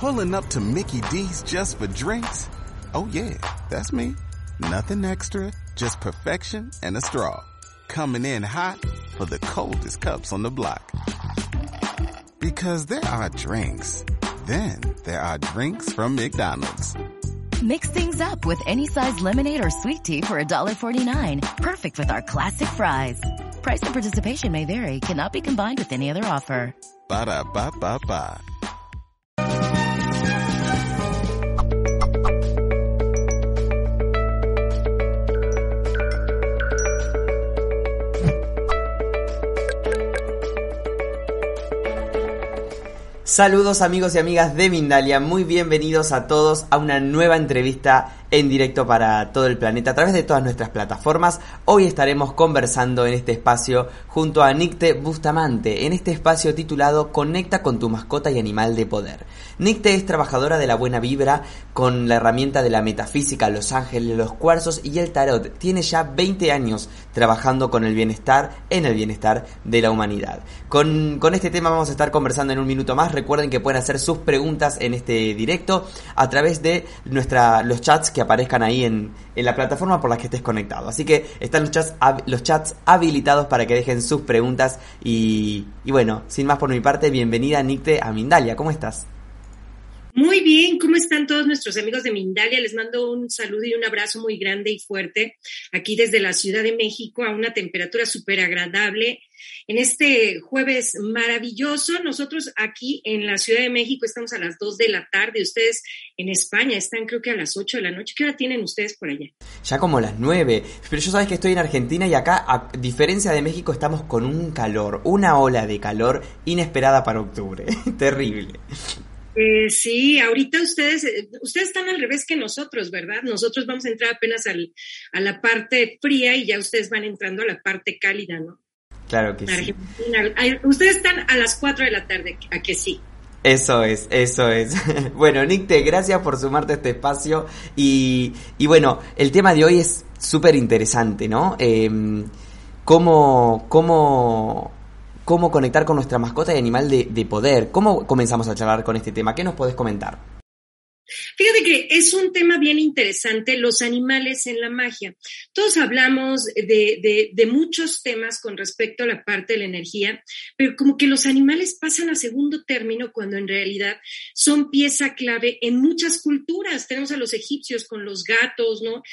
Pulling up to Mickey D's just for drinks? Oh yeah, that's me. Nothing extra, just perfection and a straw. Coming in hot for the coldest cups on the block. Because there are drinks. Then there are drinks from McDonald's. Mix things up with any size lemonade or sweet tea for $1.49. Perfect with our classic fries. Price and participation may vary. Cannot be combined with any other offer. Ba-da-ba-ba-ba. Saludos amigos y amigas de Mindalia, muy bienvenidos a todos a una nueva entrevista en directo para todo el planeta a través de todas nuestras plataformas. Hoy estaremos conversando en este espacio junto a Nicte Bustamante, en este espacio titulado Conecta con tu mascota y animal de poder. Nicte es trabajadora de la buena vibra con la herramienta de la metafísica, los ángeles, los cuarzos y el tarot. Tiene ya 20 años trabajando con el bienestar, en el bienestar de la humanidad. Con este tema vamos a estar conversando en un minuto más. Recuerden que pueden hacer sus preguntas en este directo a través de los chats que aparezcan ahí en la plataforma por la que estés conectado. Así que están los chats habilitados para que dejen sus preguntas. Y bueno, sin más por mi parte, bienvenida Nicte a Mindalia. ¿Cómo estás? Muy bien, ¿cómo están todos nuestros amigos de Mindalia? Les mando un saludo y un abrazo muy grande y fuerte aquí desde la Ciudad de México a una temperatura súper agradable. En este jueves maravilloso, nosotros aquí en la Ciudad de México estamos a las 2 de la tarde, ustedes en España están creo que a las 8 de la noche. ¿Qué hora tienen ustedes por allá? Ya como las 9, pero yo sabes que estoy en Argentina y acá, a diferencia de México, estamos con un calor, una ola de calor inesperada para octubre, terrible. Sí, ahorita ustedes están al revés que nosotros, ¿verdad? Nosotros vamos a entrar apenas a la parte fría y ya ustedes van entrando a la parte cálida, ¿no? Claro que sí. Ustedes están a las 4 de la tarde, ¿a que sí? Eso es. Bueno, Nicte, gracias por sumarte a este espacio. Y bueno, el tema de hoy es súper interesante, ¿no? ¿Cómo conectar con nuestra mascota y animal de poder? ¿Cómo comenzamos a charlar con este tema? ¿Qué nos podés comentar? Fíjate que es un tema bien interesante, los animales en la magia. Todos hablamos de muchos temas con respecto a la parte de la energía, pero como que los animales pasan a segundo término cuando en realidad son pieza clave en muchas culturas. Tenemos a los egipcios con los gatos, ¿no?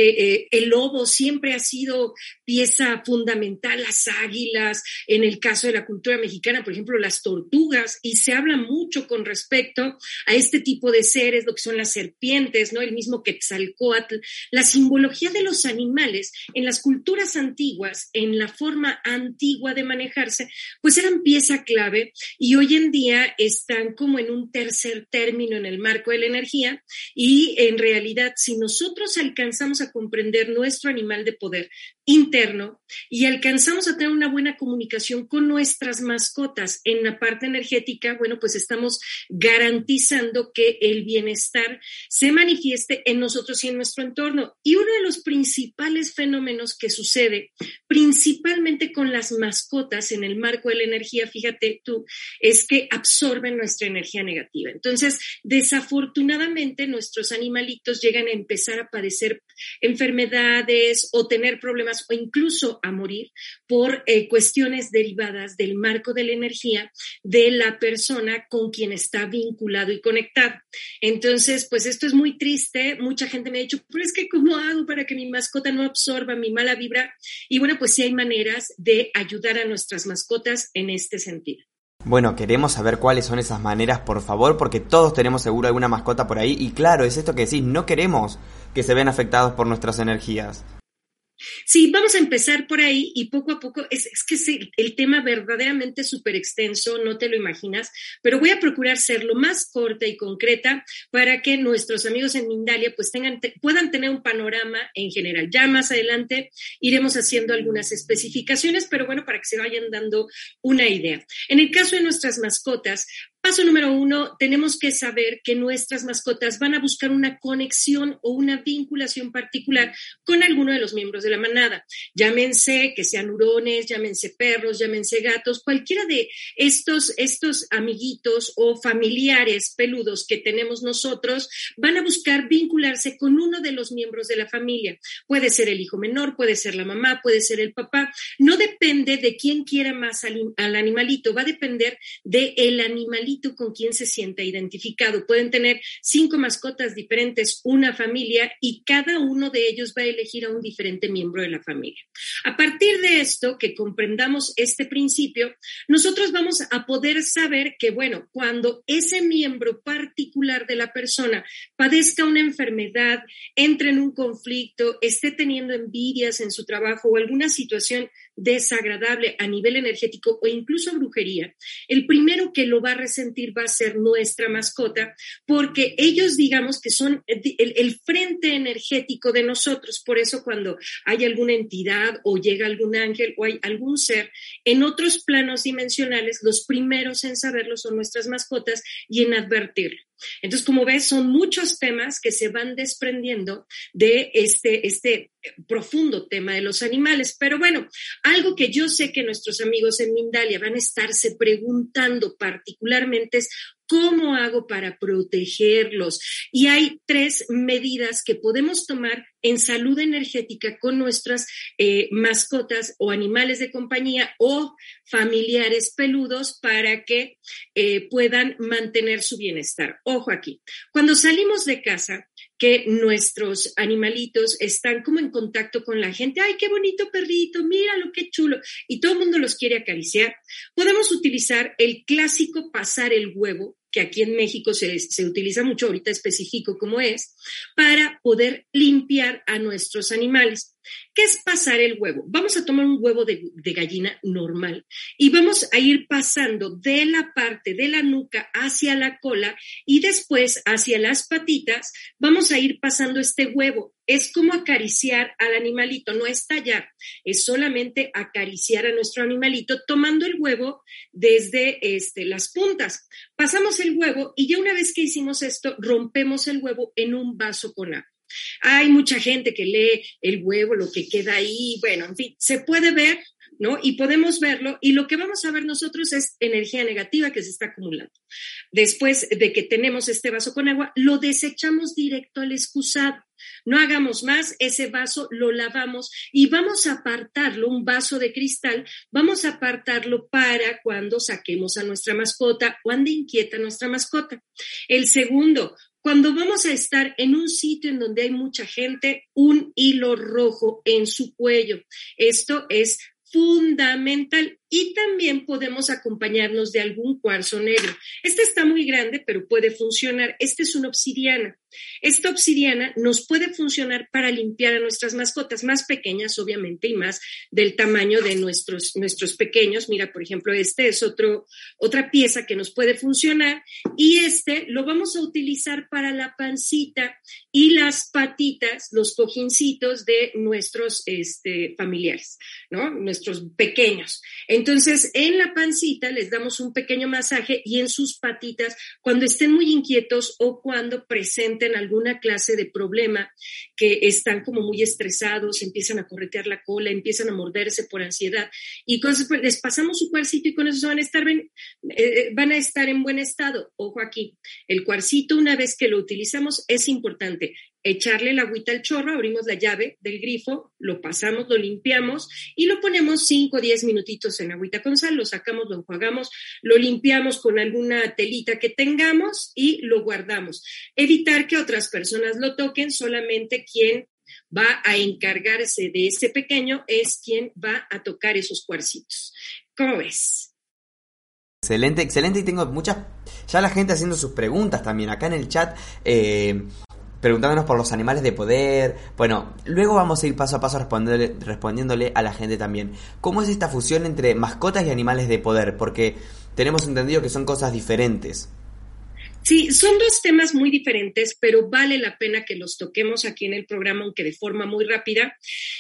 El lobo siempre ha sido pieza fundamental, las águilas, en el caso de la cultura mexicana, por ejemplo, las tortugas, y se habla mucho con respecto a este tipo de seres, lo que son las serpientes, ¿no? El mismo Quetzalcóatl. La simbología de los animales en las culturas antiguas, en la forma antigua de manejarse, pues eran pieza clave y hoy en día están como en un tercer término en el marco de la energía y en realidad si nosotros alcanzamos a comprender nuestro animal de poder interno y alcanzamos a tener una buena comunicación con nuestras mascotas en la parte energética, bueno, pues estamos garantizando que el bienestar se manifieste en nosotros y en nuestro entorno. Y uno de los principales fenómenos que sucede, principalmente con las mascotas en el marco de la energía, fíjate tú, es que absorben nuestra energía negativa. Entonces, desafortunadamente, nuestros animalitos llegan a empezar a padecer enfermedades o tener problemas o incluso a morir por cuestiones derivadas del marco de la energía de la persona con quien está vinculado y conectado. Entonces, pues esto es muy triste. Mucha gente me ha dicho, pero es que ¿cómo hago para que mi mascota no absorba mi mala vibra? Y bueno, pues sí hay maneras de ayudar a nuestras mascotas en este sentido. Bueno, queremos saber cuáles son esas maneras, por favor, porque todos tenemos seguro alguna mascota por ahí. Y claro, es esto que decís, no queremos que se vean afectados por nuestras energías. Sí, vamos a empezar por ahí y poco a poco, es que el tema verdaderamente súper extenso, no te lo imaginas, pero voy a procurar ser lo más corta y concreta para que nuestros amigos en Mindalia pues puedan tener un panorama en general. Ya más adelante iremos haciendo algunas especificaciones, pero bueno, para que se vayan dando una idea. En el caso de nuestras mascotas, Paso número 1, tenemos que saber que nuestras mascotas van a buscar una conexión o una vinculación particular con alguno de los miembros de la manada. Llámense que sean hurones, llámense perros, llámense gatos, cualquiera de estos amiguitos o familiares peludos que tenemos nosotros van a buscar vincularse con uno de los miembros de la familia. Puede ser el hijo menor, puede ser la mamá, puede ser el papá. No depende de quién quiera más al animalito, va a depender del animalito con quien se sienta identificado. Pueden tener 5 mascotas diferentes, una familia, y cada uno de ellos va a elegir a un diferente miembro de la familia. A partir de esto, que comprendamos este principio, nosotros vamos a poder saber que, bueno, cuando ese miembro particular de la persona padezca una enfermedad, entre en un conflicto, esté teniendo envidias en su trabajo o alguna situación desagradable a nivel energético o incluso brujería, el primero que lo va a resentir va a ser nuestra mascota, porque ellos, digamos, que son el frente energético de nosotros. Por eso cuando hay alguna entidad o llega algún ángel o hay algún ser en otros planos dimensionales, los primeros en saberlo son nuestras mascotas y en advertirlo. Entonces, como ves, son muchos temas que se van desprendiendo de este profundo tema de los animales. Pero bueno, algo que yo sé que nuestros amigos en Mindalia van a estarse preguntando particularmente es ¿cómo hago para protegerlos? Y hay 3 medidas que podemos tomar en salud energética con nuestras mascotas o animales de compañía o familiares peludos para que puedan mantener su bienestar. Ojo aquí, cuando salimos de casa, que nuestros animalitos están como en contacto con la gente, ¡ay, qué bonito perrito! ¡Míralo, qué chulo! Y todo el mundo los quiere acariciar. Podemos utilizar el clásico pasar el huevo, que aquí en México se utiliza mucho, ahorita específico como es, para poder limpiar a nuestros animales. ¿Qué es pasar el huevo? Vamos a tomar un huevo de gallina normal y vamos a ir pasando de la parte de la nuca hacia la cola y después hacia las patitas, vamos a ir pasando este huevo. Es como acariciar al animalito, no es tallar, es solamente acariciar a nuestro animalito tomando el huevo desde las puntas. Pasamos el huevo y ya una vez que hicimos esto, rompemos el huevo en un vaso con agua. Hay mucha gente que lee el huevo, lo que queda ahí, bueno, en fin, se puede ver, ¿no? Y podemos verlo, y lo que vamos a ver nosotros es energía negativa que se está acumulando. Después de que tenemos este vaso con agua, lo desechamos directo al excusado. No hagamos más, ese vaso lo lavamos y vamos a apartarlo, un vaso de cristal, vamos a apartarlo para cuando saquemos a nuestra mascota o ande inquieta nuestra mascota. El segundo, cuando vamos a estar en un sitio en donde hay mucha gente, un hilo rojo en su cuello. Esto es fundamental y también podemos acompañarnos de algún cuarzo negro. Este está muy grande, pero puede funcionar. Este es una obsidiana. Esta obsidiana nos puede funcionar para limpiar a nuestras mascotas más pequeñas, obviamente, y más del tamaño de nuestros pequeños. Mira, por ejemplo, este es otra pieza que nos puede funcionar y lo vamos a utilizar para la pancita y las patitas, los cojincitos de nuestros familiares, ¿no? Nuestros pequeños. Entonces, en la pancita les damos un pequeño masaje y en sus patitas, cuando estén muy inquietos o cuando presenten alguna clase de problema, que están como muy estresados, empiezan a corretear la cola, empiezan a morderse por ansiedad y cosas, pues, les pasamos su cuarcito y con eso van a estar en buen estado. Ojo aquí, el cuarcito, una vez que lo utilizamos, es importante echarle la agüita al chorro, abrimos la llave del grifo, lo pasamos, lo limpiamos y lo ponemos 5 o 10 minutitos en agüita con sal, lo sacamos, lo enjuagamos, lo limpiamos con alguna telita que tengamos y lo guardamos. Evitar que otras personas lo toquen, solamente quien va a encargarse de ese pequeño es quien va a tocar esos cuarcitos. ¿Cómo ves? Excelente, excelente, y tengo ya la gente haciendo sus preguntas también acá en el chat, preguntándonos por los animales de poder. Bueno, luego vamos a ir paso a paso respondiéndole a la gente también. ¿Cómo es esta fusión entre mascotas y animales de poder? Porque tenemos entendido que son cosas diferentes. Sí, son dos temas muy diferentes, pero vale la pena que los toquemos aquí en el programa, aunque de forma muy rápida.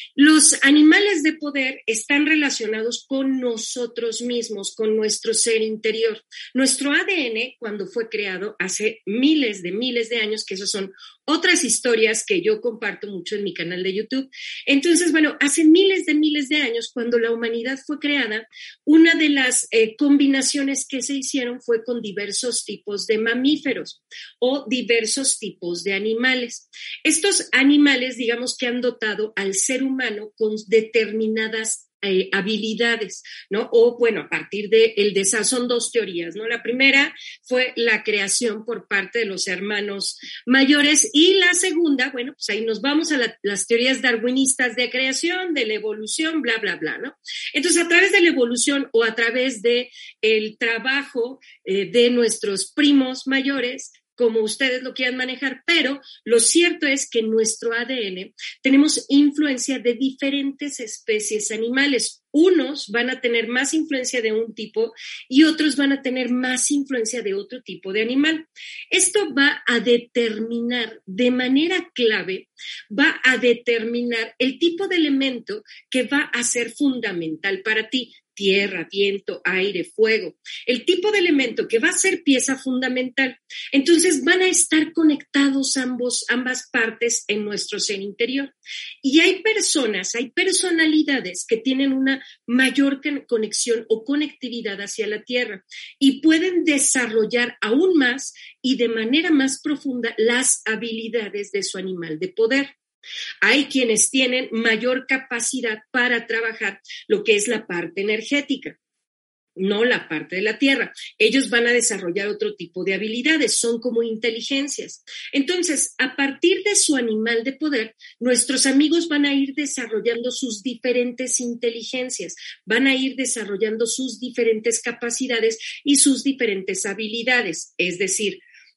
Los animales de poder están relacionados con nosotros mismos, con nuestro ser interior. Nuestro ADN, cuando fue creado hace miles de años, que esas son otras historias que yo comparto mucho en mi canal de YouTube. Entonces, bueno, hace miles de años, cuando la humanidad fue creada, una de las combinaciones que se hicieron fue con diversos tipos de mamíferos o diversos tipos de animales. Estos animales, digamos que han dotado al ser humano con determinadas habilidades, ¿no? O bueno, a partir del desarrollo, son dos teorías, ¿no? La primera fue la creación por parte de los hermanos mayores y la segunda, bueno, pues ahí nos vamos a las teorías darwinistas de creación, de la evolución, bla, bla, bla, ¿no? Entonces, a través de la evolución o a través de el trabajo de nuestros primos mayores, como ustedes lo quieran manejar, pero lo cierto es que en nuestro ADN tenemos influencia de diferentes especies animales. Unos van a tener más influencia de un tipo y otros van a tener más influencia de otro tipo de animal. Esto va a determinar de manera clave, va a determinar el tipo de elemento que va a ser fundamental para ti. Tierra, viento, aire, fuego, el tipo de elemento que va a ser pieza fundamental. Entonces van a estar conectados ambas partes en nuestro ser interior. Y hay personalidades que tienen una mayor conexión o conectividad hacia la tierra y pueden desarrollar aún más y de manera más profunda las habilidades de su animal de poder. Hay quienes tienen mayor capacidad para trabajar lo que es la parte energética, no la parte de la tierra. Ellos van a desarrollar otro tipo de habilidades, son como inteligencias. Entonces, a partir de su animal de poder, nuestros amigos van a ir desarrollando sus diferentes inteligencias, van a ir desarrollando sus diferentes capacidades y sus diferentes habilidades. Es decir,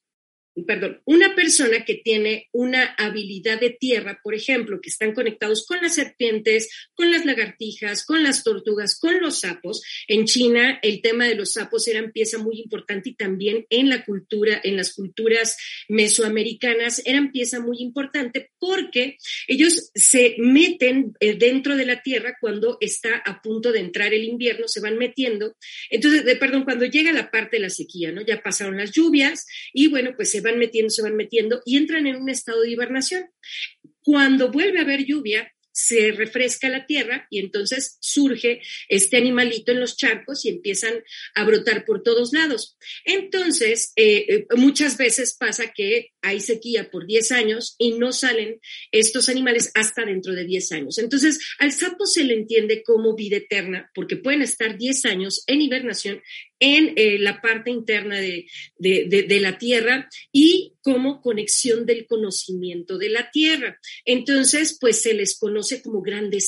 una persona que tiene una habilidad de tierra, por ejemplo, que están conectados con las serpientes, con las lagartijas, con las tortugas, con los sapos. En China, el tema de los sapos era pieza muy importante y también en la cultura, en las culturas mesoamericanas, eran pieza muy importante porque ellos se meten dentro de la tierra cuando está a punto de entrar el invierno, se van metiendo. Entonces, cuando llega la parte de la sequía, ¿no? Ya pasaron las lluvias y bueno, pues se van metiendo y entran en un estado de hibernación. Cuando vuelve a haber lluvia, se refresca la tierra y entonces surge este animalito en los charcos y empiezan a brotar por todos lados. Entonces, muchas veces pasa que hay sequía por 10 años y no salen estos animales hasta dentro de 10 años. Entonces, al sapo se le entiende como vida eterna porque pueden estar 10 años en hibernación en la parte interna de la tierra y como conexión del conocimiento de la tierra. Entonces, pues se les conoce como grandes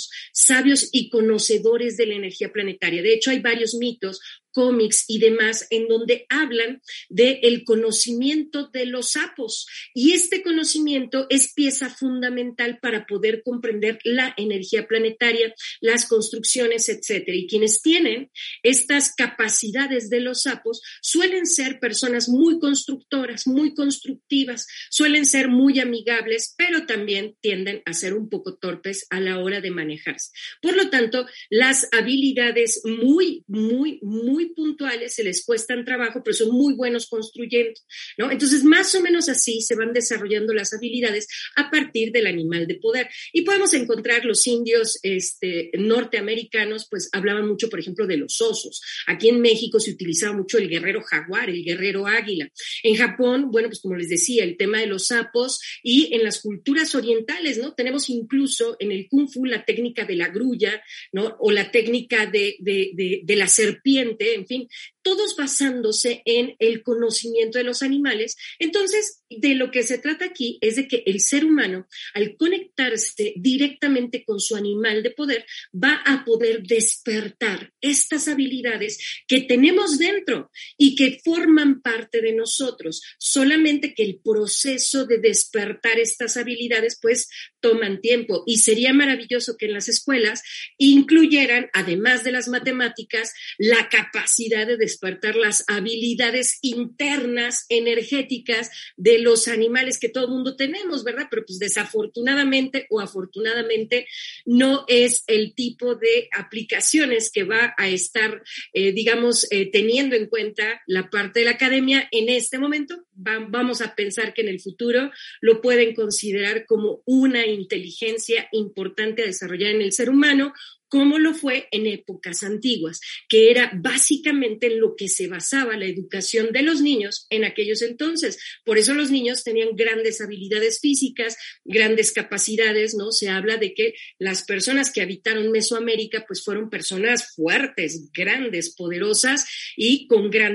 sabios y conocedores de la energía planetaria. De hecho, hay varios mitos, cómics y demás en donde hablan del conocimiento de los sapos y este conocimiento es pieza fundamental para poder comprender la energía planetaria, las construcciones, etcétera. Y quienes tienen estas capacidades de los sapos suelen ser personas muy constructoras, muy constructivas, suelen ser muy amigables, pero también tienden a ser un poco torpes a la hora de manejarse. Por lo tanto, las habilidades muy puntuales se les cuestan trabajo, pero son muy buenos construyendo, ¿no? Entonces, más o menos así se van desarrollando las habilidades a partir del animal de poder. Y podemos encontrar los indios norteamericanos, pues hablaban mucho, por ejemplo, de los osos. Aquí en México se utilizaba mucho el guerrero jaguar, el guerrero águila. En Japón, bueno, pues como les decía, el tema de los sapos y en las culturas orientales, ¿no? Tenemos incluso en el Kung Fu la técnica de la grulla, ¿no? O la técnica de la serpiente, en fin, todos basándose en el conocimiento de los animales. Entonces, de lo que se trata aquí es de que el ser humano, al conectarse directamente con su animal de poder, va a poder despertar estas habilidades que tenemos dentro y que forman parte de nosotros. Solamente que el proceso de despertar estas habilidades, pues, toman tiempo. Y sería maravilloso que en las escuelas incluyeran, además de las matemáticas, la capacidad de despertar las habilidades internas, energéticas de los animales que todo el mundo tenemos, ¿verdad? Pero pues desafortunadamente o afortunadamente no es el tipo de aplicaciones que va a estar, teniendo en cuenta la parte de la academia en este momento. Vamos a pensar que en el futuro lo pueden considerar como una inteligencia importante a desarrollar en el ser humano, como lo fue en épocas antiguas, que era básicamente en lo que se basaba la educación de los niños en aquellos entonces. Por eso los niños tenían grandes habilidades físicas, grandes capacidades, ¿no? Se habla de que las personas que habitaron Mesoamérica, pues fueron personas fuertes, grandes, poderosas y con gran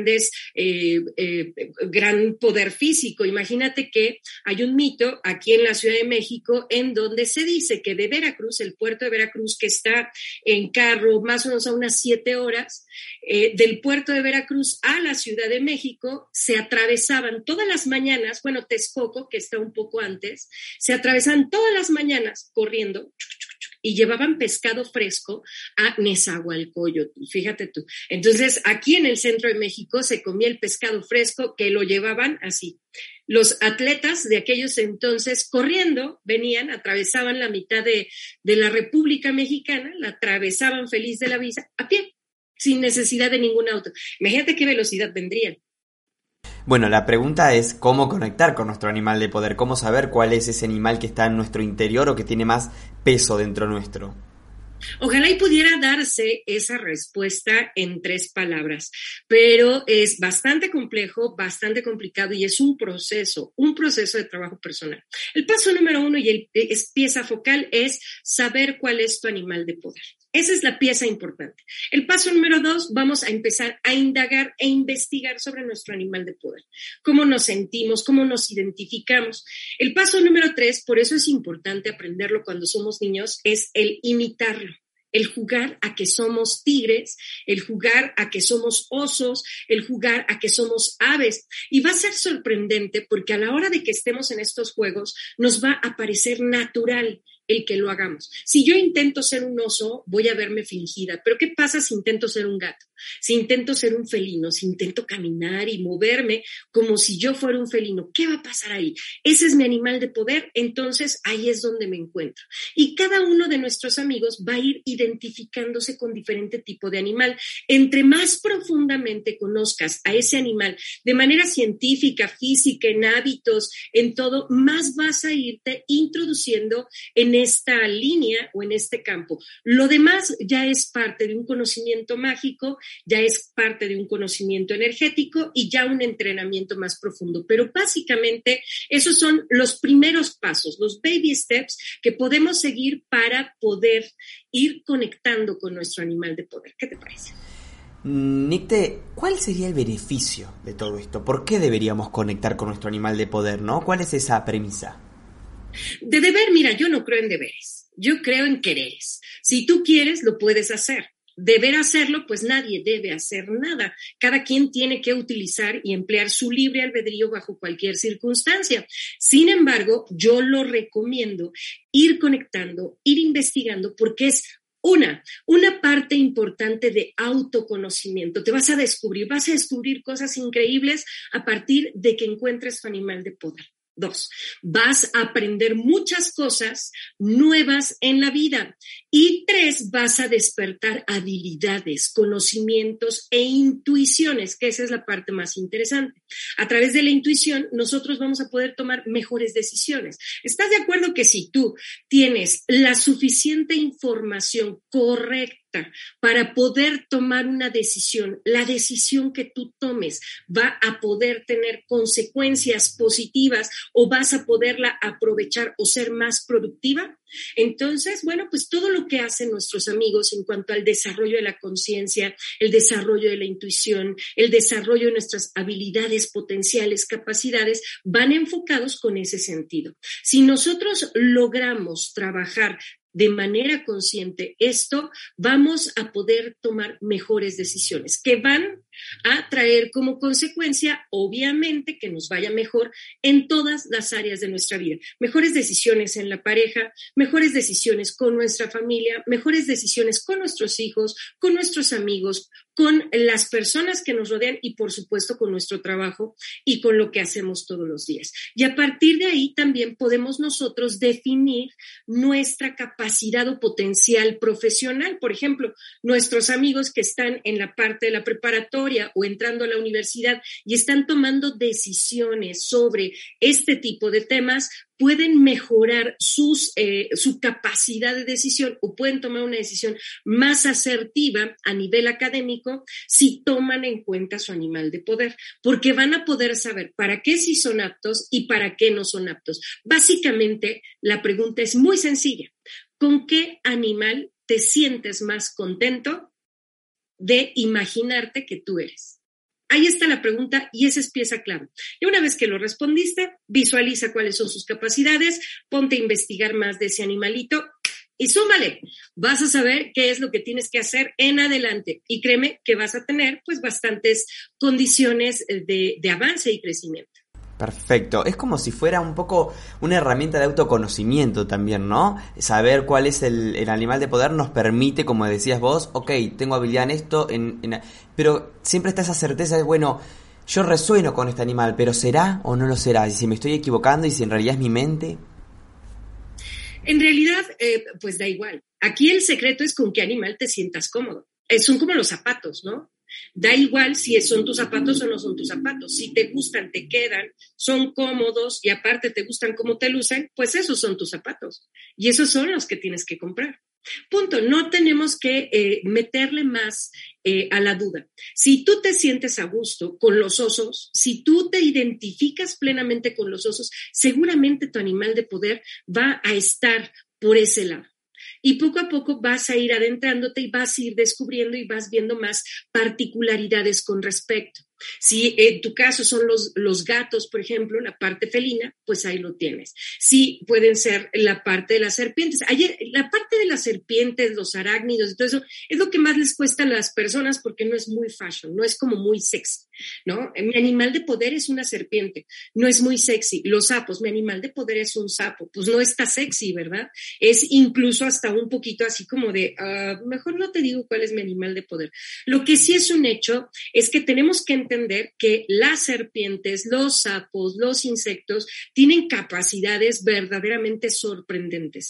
poder físico. Imagínate que hay un mito aquí en la Ciudad de México en donde se dice que de Veracruz, el puerto de Veracruz, que está en carro más o menos a unas 7 horas, del puerto de Veracruz a la Ciudad de México, se atravesaban todas las mañanas, Texcoco, que está un poco antes, se atravesaban todas las mañanas corriendo y llevaban pescado fresco a Nezahualcóyotl, fíjate tú. Entonces, aquí en el centro de México se comía el pescado fresco que lo llevaban así. Los atletas de aquellos entonces corriendo venían, atravesaban la mitad de la República Mexicana, la atravesaban feliz de la vida a pie, sin necesidad de ningún auto. Imagínate qué velocidad vendrían. Bueno, la pregunta es cómo conectar con nuestro animal de poder, cómo saber cuál es ese animal que está en nuestro interior o que tiene más peso dentro nuestro. Ojalá y pudiera darse esa respuesta en 3 palabras, pero es bastante complejo, bastante complicado y es un proceso de trabajo personal. El paso número 1 y es pieza focal es saber cuál es tu animal de poder. Esa es la pieza importante. El paso número 2, vamos a empezar a indagar e investigar sobre nuestro animal de poder. Cómo nos sentimos, cómo nos identificamos. El paso número 3, por eso es importante aprenderlo cuando somos niños, es el imitarlo. El jugar a que somos tigres, el jugar a que somos osos, el jugar a que somos aves. Y va a ser sorprendente porque a la hora de que estemos en estos juegos nos va a parecer natural el que lo hagamos. Si yo intento ser un oso, voy a verme fingida. Pero ¿qué pasa si intento ser un gato? Si intento ser un felino, si intento caminar y moverme como si yo fuera un felino, ¿qué va a pasar ahí? Ese es mi animal de poder, entonces ahí es donde me encuentro. Y cada uno de nuestros amigos va a ir identificándose con diferente tipo de animal. Entre más profundamente conozcas a ese animal de manera científica, física, en hábitos, en todo, más vas a irte introduciendo en esta línea o en este campo. Lo demás ya es parte de un conocimiento mágico, ya es parte de un conocimiento energético y ya un entrenamiento más profundo. Pero básicamente esos son los primeros pasos, los baby steps que podemos seguir para poder ir conectando con nuestro animal de poder. ¿Qué te parece? Nicte, ¿cuál sería el beneficio de todo esto? ¿Por qué deberíamos conectar con nuestro animal de poder, no? ¿Cuál es esa premisa? De deber, mira, yo no creo en deberes, yo creo en quereres. Si tú quieres, lo puedes hacer. Deber hacerlo, pues nadie debe hacer nada. Cada quien tiene que utilizar y emplear su libre albedrío bajo cualquier circunstancia. Sin embargo, yo lo recomiendo ir conectando, ir investigando, porque es una parte importante de autoconocimiento. Te vas a descubrir cosas increíbles a partir de que encuentres tu animal de poder. 2, vas a aprender muchas cosas nuevas en la vida. Y 3, vas a despertar habilidades, conocimientos e intuiciones, que esa es la parte más interesante. A través de la intuición, nosotros vamos a poder tomar mejores decisiones. ¿Estás de acuerdo que si tú tienes la suficiente información correcta para poder tomar una decisión, la decisión que tú tomes va a poder tener consecuencias positivas o vas a poderla aprovechar o ser más productiva? Entonces, bueno, pues todo lo que hacen nuestros amigos en cuanto al desarrollo de la conciencia, el desarrollo de la intuición, el desarrollo de nuestras habilidades potenciales, capacidades, van enfocados con ese sentido. Si nosotros logramos trabajar de manera consciente esto, vamos a poder tomar mejores decisiones que van a traer como consecuencia, obviamente, que nos vaya mejor en todas las áreas de nuestra vida. Mejores decisiones en la pareja, mejores decisiones con nuestra familia, mejores decisiones con nuestros hijos, con nuestros amigos, con las personas que nos rodean y, por supuesto, con nuestro trabajo y con lo que hacemos todos los días. Y a partir de ahí también podemos nosotros definir nuestra capacidad o potencial profesional. Por ejemplo, nuestros amigos que están en la parte de la preparatoria o entrando a la universidad y están tomando decisiones sobre este tipo de temas, pueden mejorar su capacidad de decisión o pueden tomar una decisión más asertiva a nivel académico si toman en cuenta su animal de poder, porque van a poder saber para qué sí son aptos y para qué no son aptos. Básicamente, la pregunta es muy sencilla. ¿Con qué animal te sientes más contento de imaginarte que tú eres? Ahí está la pregunta y esa es pieza clave. Y una vez que lo respondiste, visualiza cuáles son sus capacidades, ponte a investigar más de ese animalito y súmale. Vas a saber qué es lo que tienes que hacer en adelante y créeme que vas a tener pues bastantes condiciones de avance y crecimiento. Perfecto, es como si fuera un poco una herramienta de autoconocimiento también, ¿no? Saber cuál es el animal de poder nos permite, como decías vos, ok, tengo habilidad en esto, pero siempre está esa certeza de, bueno, yo resueno con este animal, pero ¿será o no lo será? Y si me estoy equivocando y si en realidad es mi mente. En realidad, pues da igual. Aquí el secreto es con qué animal te sientas cómodo. Son como los zapatos, ¿no? Da igual si son tus zapatos o no son tus zapatos. Si te gustan, te quedan, son cómodos y aparte te gustan cómo te lucen, pues esos son tus zapatos. Y esos son los que tienes que comprar. Punto. No tenemos que meterle más a la duda. Si tú te sientes a gusto con los osos, si tú te identificas plenamente con los osos, seguramente tu animal de poder va a estar por ese lado. Y poco a poco vas a ir adentrándote y vas a ir descubriendo y vas viendo más particularidades con respecto. Si en tu caso son los gatos, por ejemplo, la parte felina, pues ahí lo tienes. Si pueden ser la parte de las serpientes. La parte de las serpientes, los arácnidos y todo eso, es lo que más les cuesta a las personas porque no es muy fashion, no es como muy sexy, ¿no? Mi animal de poder es una serpiente, no es muy sexy. Los sapos, mi animal de poder es un sapo, pues no está sexy, ¿verdad? Es incluso hasta un poquito así como de, mejor no te digo cuál es mi animal de poder. Lo que sí es un hecho es que tenemos que entender que las serpientes, los sapos, los insectos tienen capacidades verdaderamente sorprendentes.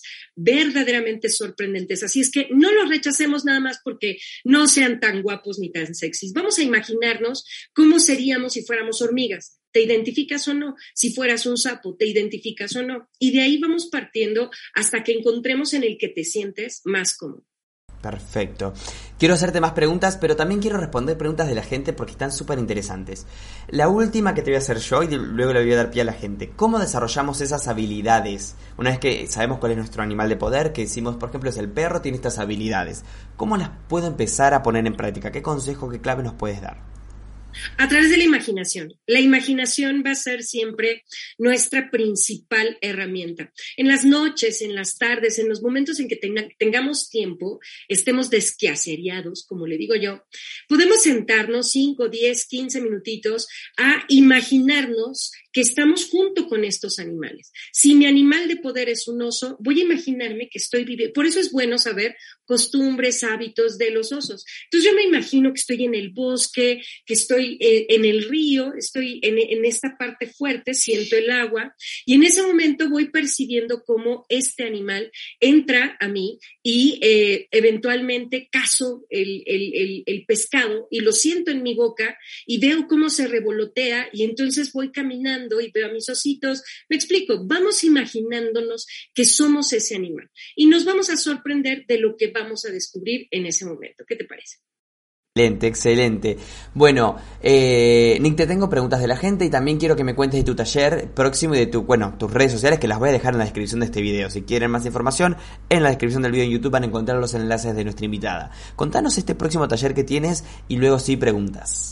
Así es que no los rechacemos nada más porque no sean tan guapos ni tan sexys. Vamos a imaginarnos cómo seríamos si fuéramos hormigas. ¿Te identificas o no? Si fueras un sapo, ¿te identificas o no? Y de ahí vamos partiendo hasta que encontremos en el que te sientes más cómodo. Perfecto. Quiero hacerte más preguntas, pero también quiero responder preguntas de la gente porque están súper interesantes. La última que te voy a hacer yo y luego le voy a dar pie a la gente. ¿Cómo desarrollamos esas habilidades? Una vez que sabemos cuál es nuestro animal de poder, que decimos, por ejemplo, es el perro, tiene estas habilidades. ¿Cómo las puedo empezar a poner en práctica? ¿Qué consejo, qué clave nos puedes dar? A través de la imaginación. La imaginación va a ser siempre nuestra principal herramienta. En las noches, en las tardes, en los momentos en que tengamos tiempo, estemos desquaceriados, como le digo yo, podemos sentarnos 5, 10, 15 minutitos a imaginarnos que estamos junto con estos animales. Si mi animal de poder es un oso, voy a imaginarme que estoy viviendo. Por eso es bueno saber costumbres, hábitos de los osos. Entonces yo me imagino que estoy en el bosque, que estoy en el río, estoy en esta parte fuerte, siento el agua y en ese momento voy percibiendo cómo este animal entra a mí y eventualmente cazo el pescado y lo siento en mi boca y veo cómo se revolotea y entonces voy caminando y veo a mis ositos. Me explico, vamos imaginándonos que somos ese animal y nos vamos a sorprender de lo que vamos a descubrir en ese momento. ¿Qué te parece? Excelente, excelente. Bueno, Nick, te tengo preguntas de la gente y también quiero que me cuentes de tu taller próximo y de tus redes sociales, que las voy a dejar en la descripción de este video. Si quieren más información, en la descripción del video en YouTube van a encontrar los enlaces de nuestra invitada. Contanos este próximo taller que tienes y luego sí preguntas.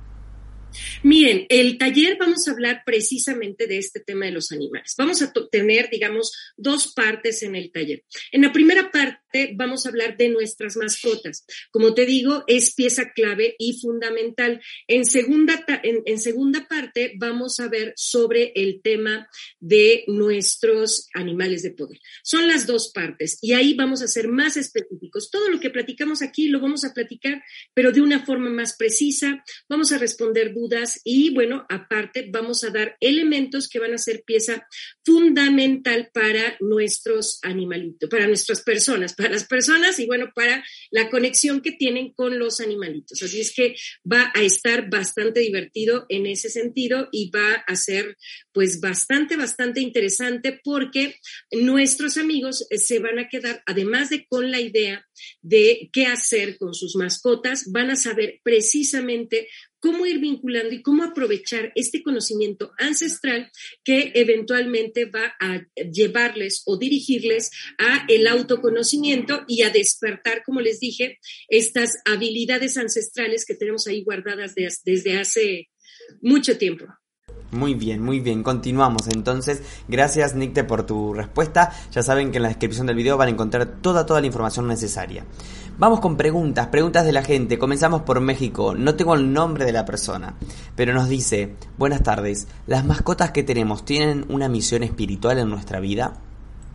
Miren, el taller vamos a hablar precisamente de este tema de los animales. Vamos a tener, digamos, dos partes en el taller. En la primera parte parte vamos a hablar de nuestras mascotas. Como te digo, es pieza clave y fundamental. En segunda parte vamos a ver sobre el tema de nuestros animales de poder. Son las dos partes y ahí vamos a ser más específicos. Todo lo que platicamos aquí lo vamos a platicar, pero de una forma más precisa. Vamos a responder dudas y, bueno, aparte vamos a dar elementos que van a ser pieza fundamental para nuestros animalitos, para nuestras personas, para las personas y, bueno, para la conexión que tienen con los animalitos. Así es que va a estar bastante divertido en ese sentido y va a ser, pues, bastante interesante porque nuestros amigos se van a quedar, además de con la idea de qué hacer con sus mascotas, van a saber precisamente cómo ir vinculando y cómo aprovechar este conocimiento ancestral que eventualmente va a llevarles o dirigirles a el autoconocimiento y a despertar, como les dije, estas habilidades ancestrales que tenemos ahí guardadas desde hace mucho tiempo. Muy bien, continuamos entonces. Gracias, Nicte, por tu respuesta. Ya saben que en la descripción del video van a encontrar toda la información necesaria. Vamos con preguntas de la gente. Comenzamos por México. No tengo el nombre de la persona, pero nos dice: buenas tardes, ¿las mascotas que tenemos tienen una misión espiritual en nuestra vida?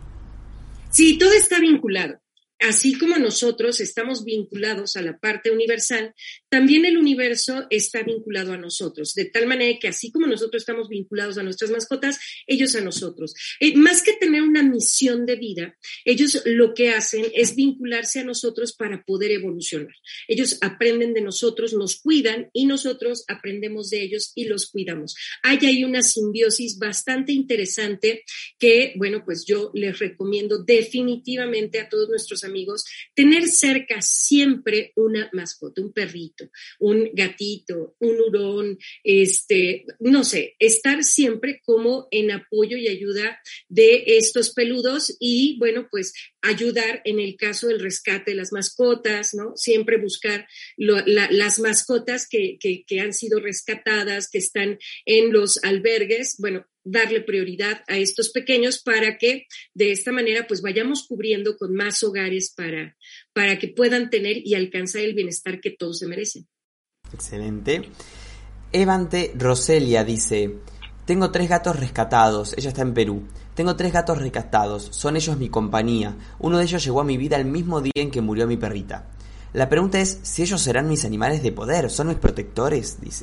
Sí, todo está vinculado. Así como nosotros estamos vinculados a la parte universal, también el universo está vinculado a nosotros, de tal manera que así como nosotros estamos vinculados a nuestras mascotas, ellos a nosotros. Más que tener una misión de vida, ellos lo que hacen es vincularse a nosotros para poder evolucionar. Ellos aprenden de nosotros, nos cuidan y nosotros aprendemos de ellos y los cuidamos. Hay ahí una simbiosis bastante interesante que, bueno, pues yo les recomiendo definitivamente a todos nuestros amigos, tener cerca siempre una mascota, un perrito, un gatito, un hurón, no sé, estar siempre como en apoyo y ayuda de estos peludos y, bueno, pues ayudar en el caso del rescate de las mascotas, ¿no? Siempre buscar las mascotas que han sido rescatadas, que están en los albergues, bueno, darle prioridad a estos pequeños para que de esta manera pues vayamos cubriendo con más hogares para que puedan tener y alcanzar el bienestar que todos se merecen. Excelente. Evante Roselia dice: tengo 3 gatos rescatados, ella está en Perú. Tengo 3 gatos rescatados, son ellos mi compañía. Uno de ellos llegó a mi vida el mismo día en que murió mi perrita. La pregunta es si ellos serán mis animales de poder, son mis protectores, dice.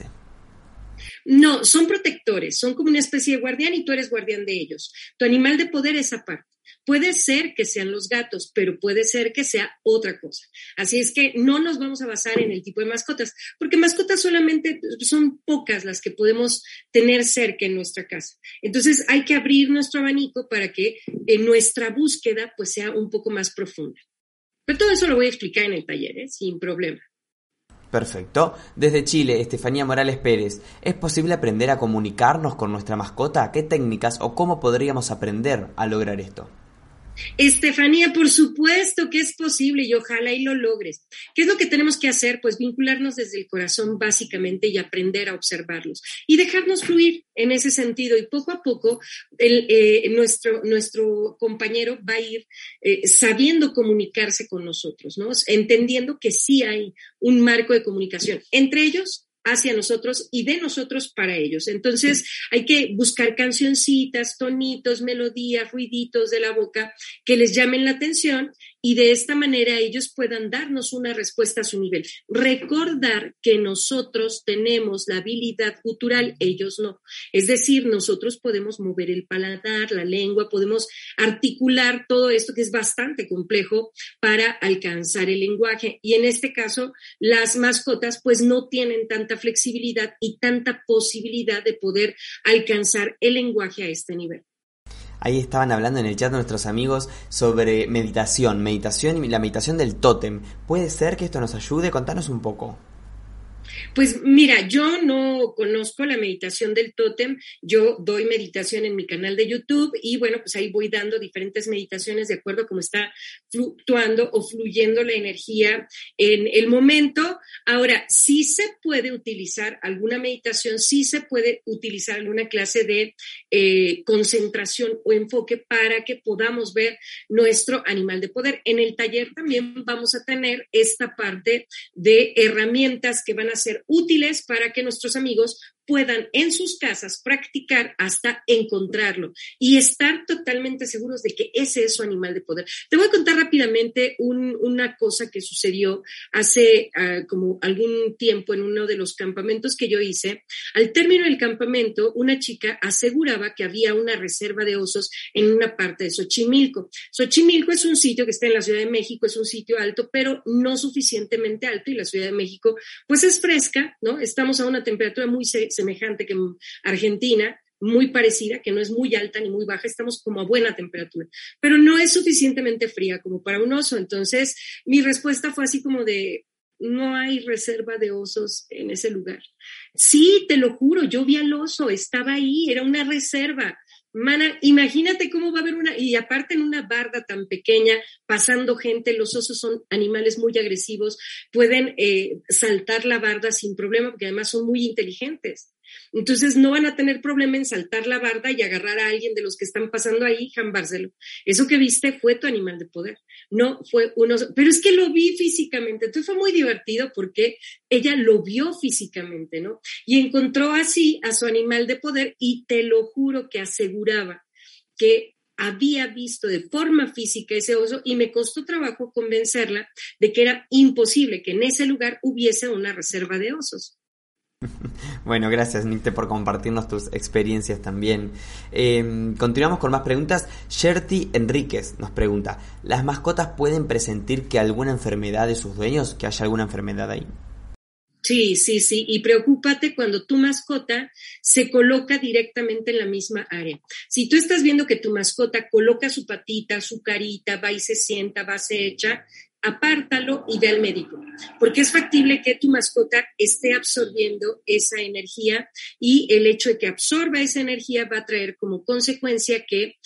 No, son protectores, son como una especie de guardián y tú eres guardián de ellos. Tu animal de poder es aparte. Puede ser que sean los gatos, pero puede ser que sea otra cosa. Así es que no nos vamos a basar en el tipo de mascotas, porque mascotas solamente son pocas las que podemos tener cerca en nuestra casa. Entonces hay que abrir nuestro abanico para que nuestra búsqueda pues sea un poco más profunda. Pero todo eso lo voy a explicar en el taller, sin problema. Perfecto. Desde Chile, Estefanía Morales Pérez: ¿es posible aprender a comunicarnos con nuestra mascota? ¿Qué técnicas o cómo podríamos aprender a lograr esto? Estefanía, por supuesto que es posible y ojalá y lo logres. ¿Qué es lo que tenemos que hacer? Pues vincularnos desde el corazón básicamente y aprender a observarlos y dejarnos fluir en ese sentido y poco a poco nuestro compañero va a ir sabiendo comunicarse con nosotros, ¿no? Entendiendo que sí hay un marco de comunicación entre ellos, hacia nosotros y de nosotros para ellos. Entonces hay que buscar cancioncitas, tonitos, melodías, ruiditos de la boca que les llamen la atención y de esta manera ellos puedan darnos una respuesta a su nivel. Recordar que nosotros tenemos la habilidad gutural, ellos no. Es decir, nosotros podemos mover el paladar, la lengua, podemos articular todo esto que es bastante complejo para alcanzar el lenguaje. Y en este caso, las mascotas pues no tienen tanta flexibilidad y tanta posibilidad de poder alcanzar el lenguaje a este nivel. Ahí estaban hablando en el chat nuestros amigos sobre meditación y la meditación del tótem. ¿Puede ser que esto nos ayude? Contanos un poco. Pues mira, yo no conozco la meditación del tótem, yo doy meditación en mi canal de YouTube y bueno, pues ahí voy dando diferentes meditaciones de acuerdo a cómo está fluctuando o fluyendo la energía en el momento. Ahora, sí se puede utilizar alguna meditación, sí se puede utilizar alguna clase de concentración o enfoque para que podamos ver nuestro animal de poder. En el taller también vamos a tener esta parte de herramientas que van a ser útiles para que nuestros amigos puedan en sus casas practicar hasta encontrarlo y estar totalmente seguros de que ese es su animal de poder. Te voy a contar rápidamente una cosa que sucedió hace como algún tiempo en uno de los campamentos que yo hice. Al término del campamento, una chica aseguraba que había una reserva de osos en una parte de Xochimilco. Xochimilco es un sitio que está en la Ciudad de México, es un sitio alto, pero no suficientemente alto, y la Ciudad de México pues es fresca, ¿no? Estamos a una temperatura muy semejante que en Argentina, muy parecida, que no es muy alta ni muy baja, estamos como a buena temperatura, pero no es suficientemente fría como para un oso. Entonces, mi respuesta fue así como de, no hay reserva de osos en ese lugar. Sí, te lo juro, yo vi al oso, estaba ahí, era una reserva. Mana, imagínate cómo va a haber y aparte en una barda tan pequeña, pasando gente, los osos son animales muy agresivos, pueden saltar la barda sin problema, porque además son muy inteligentes. Entonces no van a tener problema en saltar la barda y agarrar a alguien de los que están pasando ahí y jambárselo. Eso que viste fue tu animal de poder, no fue un oso. Pero es que lo vi físicamente, entonces fue muy divertido porque ella lo vio físicamente, ¿no? Y encontró así a su animal de poder y te lo juro que aseguraba que había visto de forma física ese oso y me costó trabajo convencerla de que era imposible que en ese lugar hubiese una reserva de osos. Bueno, gracias Nicte por compartirnos tus experiencias también. Continuamos con más preguntas. Sherty Enríquez nos pregunta, ¿las mascotas pueden presentir que alguna enfermedad de sus dueños, que haya alguna enfermedad ahí? Sí, y preocúpate cuando tu mascota se coloca directamente en la misma área. Si tú estás viendo que tu mascota coloca su patita, su carita, va y se sienta, va, se echa, apártalo y ve al médico, porque es factible que tu mascota esté absorbiendo esa energía y el hecho de que absorba esa energía va a traer como consecuencia que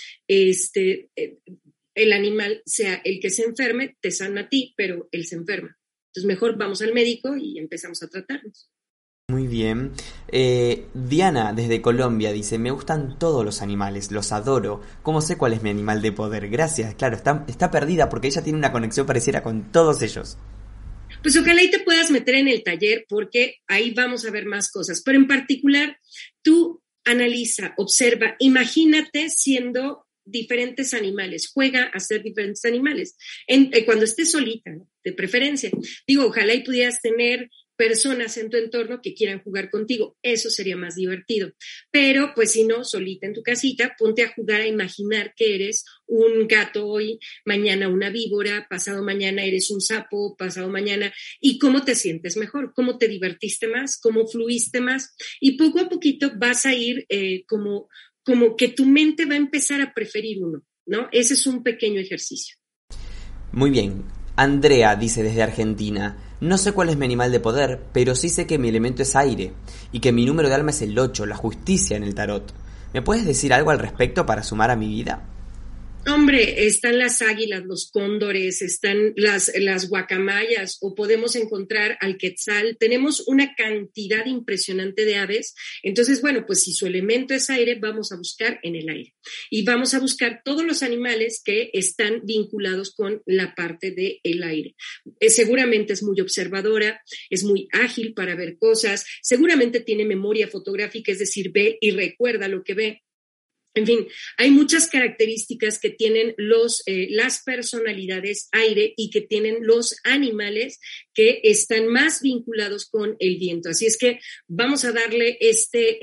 el animal sea el que se enferme, te sana a ti, pero él se enferma. Entonces mejor vamos al médico y empezamos a tratarnos. Muy bien. Diana, desde Colombia, dice, me gustan todos los animales, los adoro. ¿Cómo sé cuál es mi animal de poder? Gracias, claro, está perdida porque ella tiene una conexión pareciera con todos ellos. Pues ojalá y te puedas meter en el taller porque ahí vamos a ver más cosas. Pero en particular, tú analiza, observa, imagínate siendo diferentes animales, juega a ser diferentes animales. Cuando estés solita, ¿no? De preferencia. Digo, ojalá y pudieras tener personas en tu entorno que quieran jugar contigo, eso sería más divertido, pero pues si no, solita en tu casita, ponte a jugar, a imaginar que eres un gato hoy, mañana una víbora, pasado mañana eres un sapo, pasado mañana, y cómo te sientes mejor, cómo te divertiste más, cómo fluiste más, y poco a poquito vas a ir como que tu mente va a empezar a preferir uno, ¿no? Ese es un pequeño ejercicio. Muy bien. Andrea dice desde Argentina, no sé cuál es mi animal de poder, pero sí sé que mi elemento es aire y que mi número de alma es el 8, la justicia en el tarot. ¿Me puedes decir algo al respecto para sumar a mi vida? Hombre, están las águilas, los cóndores, están las guacamayas, o podemos encontrar al quetzal. Tenemos una cantidad impresionante de aves. Entonces, bueno, pues si su elemento es aire, vamos a buscar en el aire. Y vamos a buscar todos los animales que están vinculados con la parte del aire. Seguramente es muy observadora, es muy ágil para ver cosas, seguramente tiene memoria fotográfica, es decir, ve y recuerda lo que ve. En fin, hay muchas características que tienen las personalidades aire y que tienen los animales que están más vinculados con el viento. Así es que vamos a darle este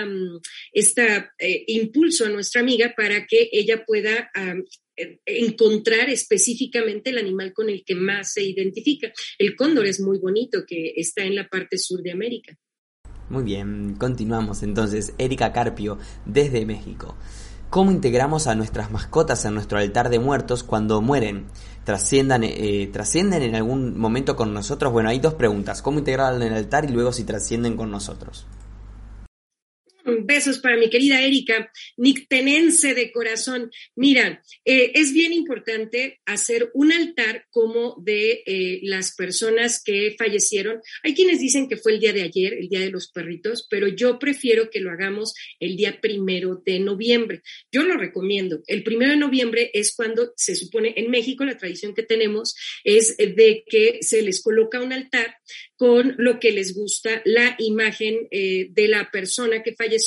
impulso a nuestra amiga para que ella pueda encontrar específicamente el animal con el que más se identifica. El cóndor es muy bonito, que está en la parte sur de América. Muy bien, continuamos entonces. Erika Carpio, desde México. ¿Cómo integramos a nuestras mascotas en nuestro altar de muertos cuando mueren? ¿Trascienden en algún momento con nosotros? Bueno, hay dos preguntas. ¿Cómo integrarla en el altar y luego si trascienden con nosotros? Besos para mi querida Erika, nictenense de corazón. Mira, es bien importante hacer un altar como de las personas que fallecieron. Hay quienes dicen que fue el día de ayer, el día de los perritos, pero yo prefiero que lo hagamos el día 1 de noviembre. Yo lo recomiendo. El 1 de noviembre es cuando se supone, en México la tradición que tenemos es de que se les coloca un altar con lo que les gusta, la imagen de la persona que falleció.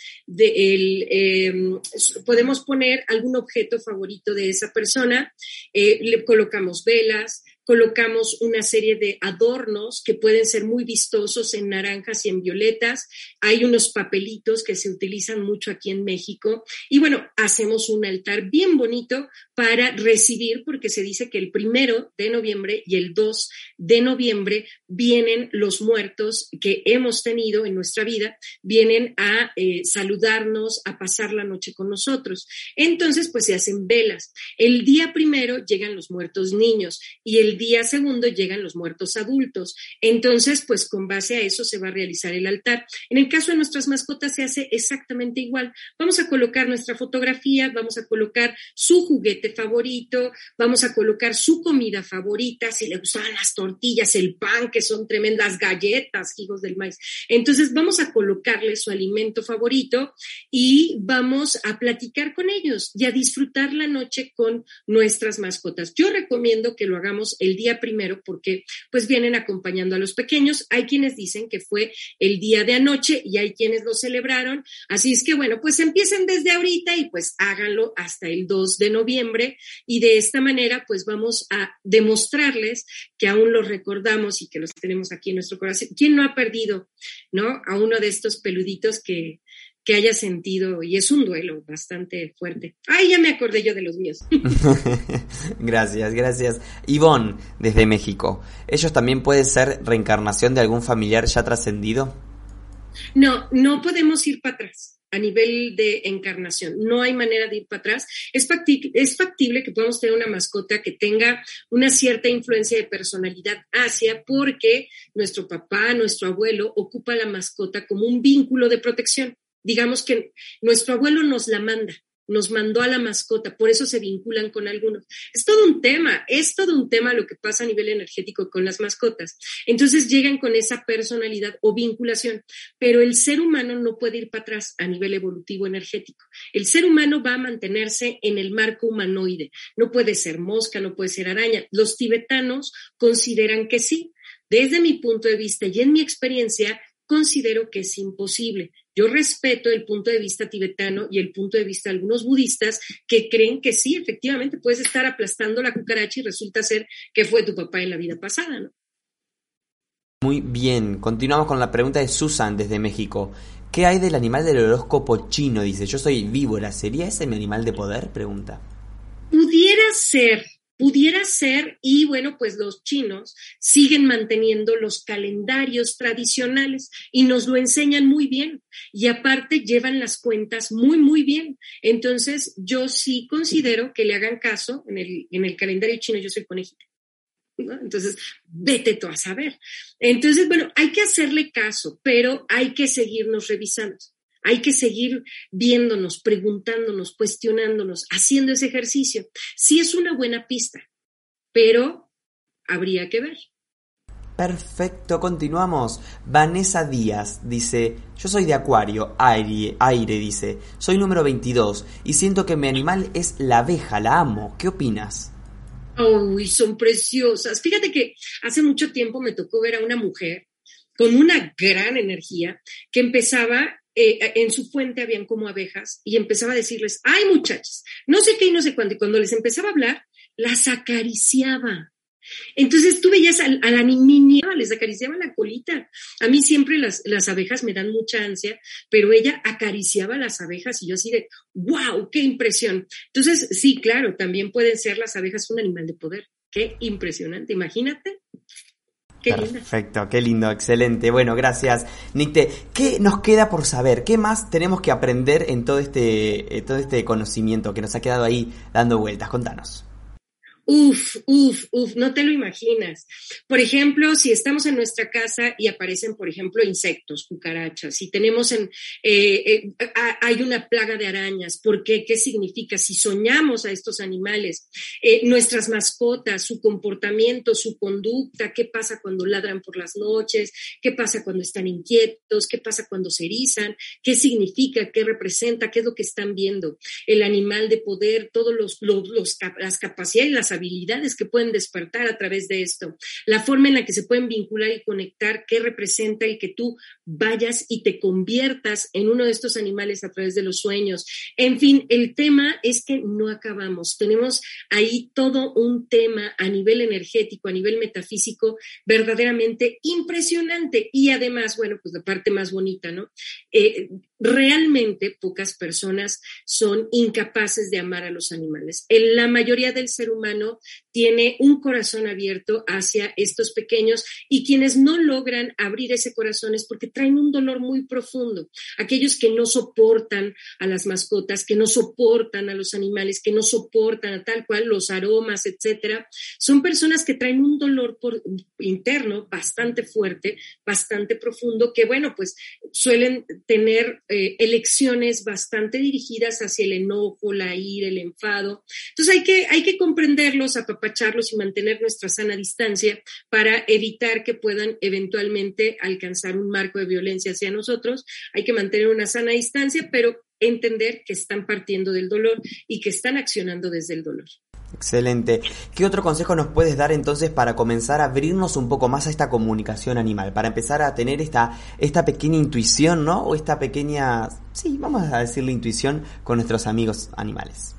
Podemos poner algún objeto favorito de esa persona, le colocamos velas, colocamos una serie de adornos que pueden ser muy vistosos en naranjas y en violetas. Hay unos papelitos que se utilizan mucho aquí en México. Y bueno, hacemos un altar bien bonito para recibir, porque se dice que el 1 de noviembre y el 2 de noviembre vienen los muertos que hemos tenido en nuestra vida, vienen a saludarnos, a pasar la noche con nosotros. Entonces, pues se hacen velas. El día 1 llegan los muertos niños y el día 2 llegan los muertos adultos. Entonces, pues con base a eso se va a realizar el altar. En el caso de nuestras mascotas se hace exactamente igual. Vamos a colocar nuestra fotografía, vamos a colocar su juguete favorito, vamos a colocar su comida favorita, si le gustaban las tortillas, el pan, que son tremendas galletas, higos del maíz. Entonces, vamos a colocarle su alimento favorito y vamos a platicar con ellos y a disfrutar la noche con nuestras mascotas. Yo recomiendo que lo hagamos el día 1 porque pues vienen acompañando a los pequeños. Hay quienes dicen que fue el día de anoche y hay quienes lo celebraron. Así es que bueno, pues empiecen desde ahorita y pues háganlo hasta el 2 de noviembre y de esta manera pues vamos a demostrarles que aún los recordamos y que los tenemos aquí en nuestro corazón. ¿Quién no ha perdido, no, a uno de estos peluditos que haya sentido? Y es un duelo bastante fuerte. Ay, ya me acordé yo de los míos. Gracias. Ivonne, desde México. ¿Ellos también pueden ser reencarnación de algún familiar ya trascendido? No podemos ir para atrás a nivel de encarnación. No hay manera de ir para atrás. Es factible que podamos tener una mascota que tenga una cierta influencia de personalidad hacia, porque nuestro papá, nuestro abuelo ocupa la mascota como un vínculo de protección. Digamos que nuestro abuelo nos mandó a la mascota, por eso se vinculan con algunos. Es todo un tema lo que pasa a nivel energético con las mascotas. Entonces llegan con esa personalidad o vinculación, pero el ser humano no puede ir para atrás a nivel evolutivo energético. El ser humano va a mantenerse en el marco humanoide, no puede ser mosca, no puede ser araña. Los tibetanos consideran que sí. Desde mi punto de vista y en mi experiencia, considero que es imposible. Yo respeto el punto de vista tibetano y el punto de vista de algunos budistas que creen que sí, efectivamente, puedes estar aplastando la cucaracha y resulta ser que fue tu papá en la vida pasada, ¿no? Muy bien, continuamos con la pregunta de Susan desde México. ¿Qué hay del animal del horóscopo chino? Dice, yo soy víbora, ¿sería ese mi animal de poder? Pregunta. Pudiera ser, y bueno, pues los chinos siguen manteniendo los calendarios tradicionales y nos lo enseñan muy bien y aparte llevan las cuentas muy, muy bien. Entonces, yo sí considero que le hagan caso en el calendario chino. Yo soy conejita, ¿no? Entonces, vete tú a saber. Entonces, bueno, hay que hacerle caso, pero hay que seguirnos revisando. Hay que seguir viéndonos, preguntándonos, cuestionándonos, haciendo ese ejercicio. Sí es una buena pista, pero habría que ver. Perfecto, continuamos. Vanessa Díaz dice, yo soy de Acuario, aire dice, soy número 22 y siento que mi animal es la abeja, la amo. ¿Qué opinas? Uy, son preciosas. Fíjate que hace mucho tiempo me tocó ver a una mujer con una gran energía que empezaba... en su fuente habían como abejas y empezaba a decirles, ay muchachas, no sé qué y no sé cuánto, y cuando les empezaba a hablar, las acariciaba. Entonces tú veías a la niña, les acariciaba la colita. A mí siempre las abejas me dan mucha ansia, pero ella acariciaba las abejas y yo así de, wow, qué impresión. Entonces sí, claro, también pueden ser las abejas un animal de poder. Qué impresionante, imagínate. Qué linda. Perfecto, qué lindo, excelente. Bueno, gracias, Nicte. ¿Qué nos queda por saber? ¿Qué más tenemos que aprender en todo este conocimiento que nos ha quedado ahí dando vueltas? Contanos. No te lo imaginas. Por ejemplo, si estamos en nuestra casa y aparecen, por ejemplo, insectos, cucarachas, si tenemos hay una plaga de arañas, ¿por qué? ¿Qué significa? Si soñamos a estos animales, nuestras mascotas, su comportamiento, su conducta, ¿qué pasa cuando ladran por las noches? ¿Qué pasa cuando están inquietos? ¿Qué pasa cuando se erizan? ¿Qué significa? ¿Qué representa? ¿Qué es lo que están viendo? El animal de poder, todos las capacidades y las habilidades que pueden despertar a través de esto, la forma en la que se pueden vincular y conectar, qué representa el que tú vayas y te conviertas en uno de estos animales a través de los sueños. En fin, el tema es que no acabamos. Tenemos ahí todo un tema a nivel energético, a nivel metafísico, verdaderamente impresionante. Y además, bueno, pues la parte más bonita, ¿no? Realmente pocas personas son incapaces de amar a los animales. La mayoría del ser humano tiene un corazón abierto hacia estos pequeños y quienes no logran abrir ese corazón es porque traen un dolor muy profundo. Aquellos que no soportan a las mascotas, que no soportan a los animales, que no soportan a tal cual los aromas, etcétera, son personas que traen un dolor interno bastante fuerte, bastante profundo, que bueno, pues suelen tener elecciones bastante dirigidas hacia el enojo, la ira, el enfado. Entonces hay que comprenderlos, apapacharlos y mantener nuestra sana distancia para evitar que puedan eventualmente alcanzar un marco de violencia hacia nosotros. Hay que mantener una sana distancia, pero entender que están partiendo del dolor y que están accionando desde el dolor. Excelente. ¿Qué otro consejo nos puedes dar entonces para comenzar a abrirnos un poco más a esta comunicación animal? Para empezar a tener esta pequeña intuición, ¿no? O esta pequeña, sí, vamos a decirle intuición con nuestros amigos animales.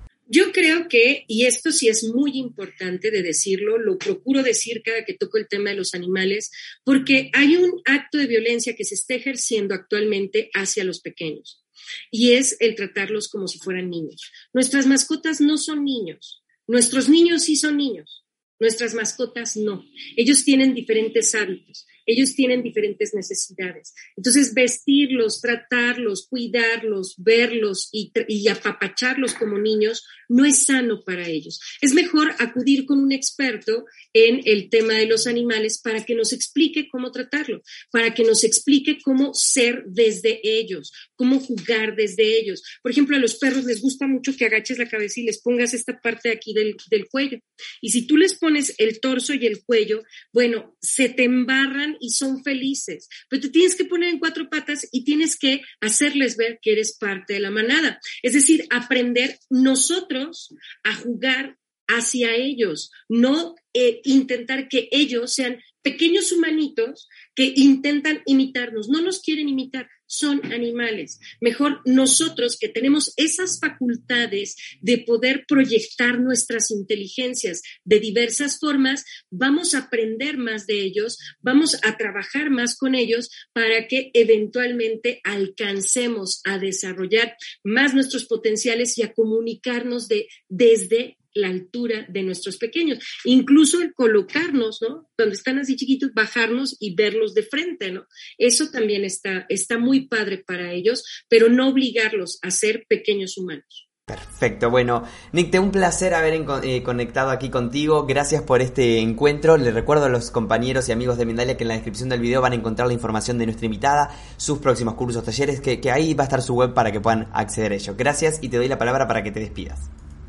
Yo creo que, y esto sí es muy importante de decirlo, lo procuro decir cada que toco el tema de los animales, porque hay un acto de violencia que se está ejerciendo actualmente hacia los pequeños. Y es el tratarlos como si fueran niños. Nuestras mascotas no son niños. Nuestros niños sí son niños. Nuestras mascotas no. Ellos tienen diferentes hábitos. Ellos tienen diferentes necesidades. Entonces, vestirlos, tratarlos, cuidarlos, verlos y apapacharlos como niños no es sano para ellos. Es mejor acudir con un experto en el tema de los animales para que nos explique cómo tratarlo, para que nos explique cómo ser desde ellos, cómo jugar desde ellos. Por ejemplo, a los perros les gusta mucho que agaches la cabeza y les pongas esta parte de aquí del cuello. Y si tú les pones el torso y el cuello, bueno, se te embarran y son felices, pero te tienes que poner en cuatro patas y tienes que hacerles ver que eres parte de la manada. Es decir, aprender nosotros a jugar hacia ellos, no intentar que ellos sean pequeños humanitos que intentan imitarnos. No nos quieren imitar, son animales. Mejor nosotros que tenemos esas facultades de poder proyectar nuestras inteligencias de diversas formas, vamos a aprender más de ellos, vamos a trabajar más con ellos para que eventualmente alcancemos a desarrollar más nuestros potenciales y a comunicarnos desde la altura de nuestros pequeños, incluso el colocarnos, ¿no? Donde están así chiquitos, bajarnos y verlos de frente, ¿no? Eso también está muy padre para ellos, pero no obligarlos a ser pequeños humanos. Perfecto, bueno, Nicte, un placer haber conectado aquí contigo, gracias por este encuentro. Les recuerdo a los compañeros y amigos de Mindalia que en la descripción del video van a encontrar la información de nuestra invitada, sus próximos cursos, talleres, que ahí va a estar su web para que puedan acceder a ello. Gracias y te doy la palabra para que te despidas.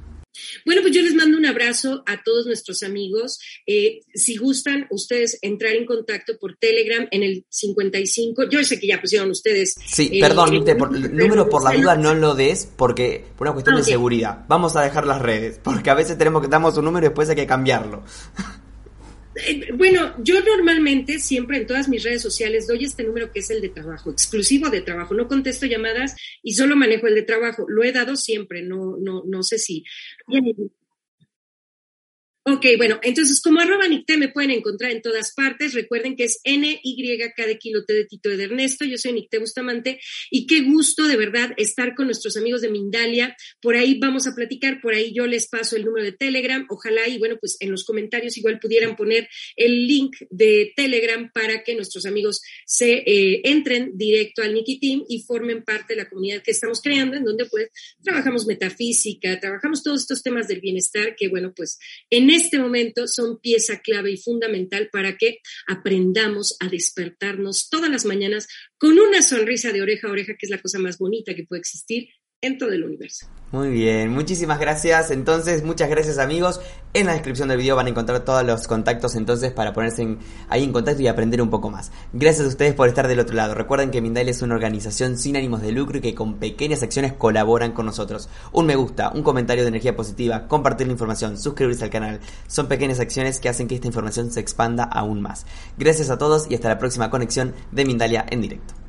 Bueno, pues yo les mando un abrazo a todos nuestros amigos. Si gustan ustedes entrar en contacto por Telegram en el 55, yo sé que ya pusieron ustedes. Sí, perdón, Nicte, el número por la duda no lo des por una cuestión de seguridad. Vamos a dejar las redes, porque a veces damos un número y después hay que cambiarlo. Bueno, yo normalmente siempre en todas mis redes sociales doy este número que es el de trabajo, exclusivo de trabajo. No contesto llamadas y solo manejo el de trabajo. Lo he dado siempre, no sé si. Ok, bueno, entonces como @nicté me pueden encontrar en todas partes. Recuerden que es NYK de Kilo, T de Tito de Ernesto. Yo soy Nicté Bustamante y qué gusto de verdad estar con nuestros amigos de Mindalia. Por ahí vamos a platicar, por ahí yo les paso el número de Telegram. Ojalá y bueno, pues en los comentarios igual pudieran poner el link de Telegram para que nuestros amigos se entren directo al Nikki Team y formen parte de la comunidad que estamos creando, en donde pues trabajamos metafísica, trabajamos todos estos temas del bienestar que bueno, pues en este momento son pieza clave y fundamental para que aprendamos a despertarnos todas las mañanas con una sonrisa de oreja a oreja, que es la cosa más bonita que puede existir en todo el universo. Muy bien, muchísimas gracias. Entonces, muchas gracias, amigos. En la descripción del video van a encontrar todos los contactos entonces para ponerse ahí en contacto y aprender un poco más. Gracias a ustedes por estar del otro lado. Recuerden que Mindalia es una organización sin ánimos de lucro y que con pequeñas acciones colaboran con nosotros. Un me gusta, un comentario de energía positiva, compartir la información, suscribirse al canal. Son pequeñas acciones que hacen que esta información se expanda aún más. Gracias a todos y hasta la próxima conexión de Mindalia en directo.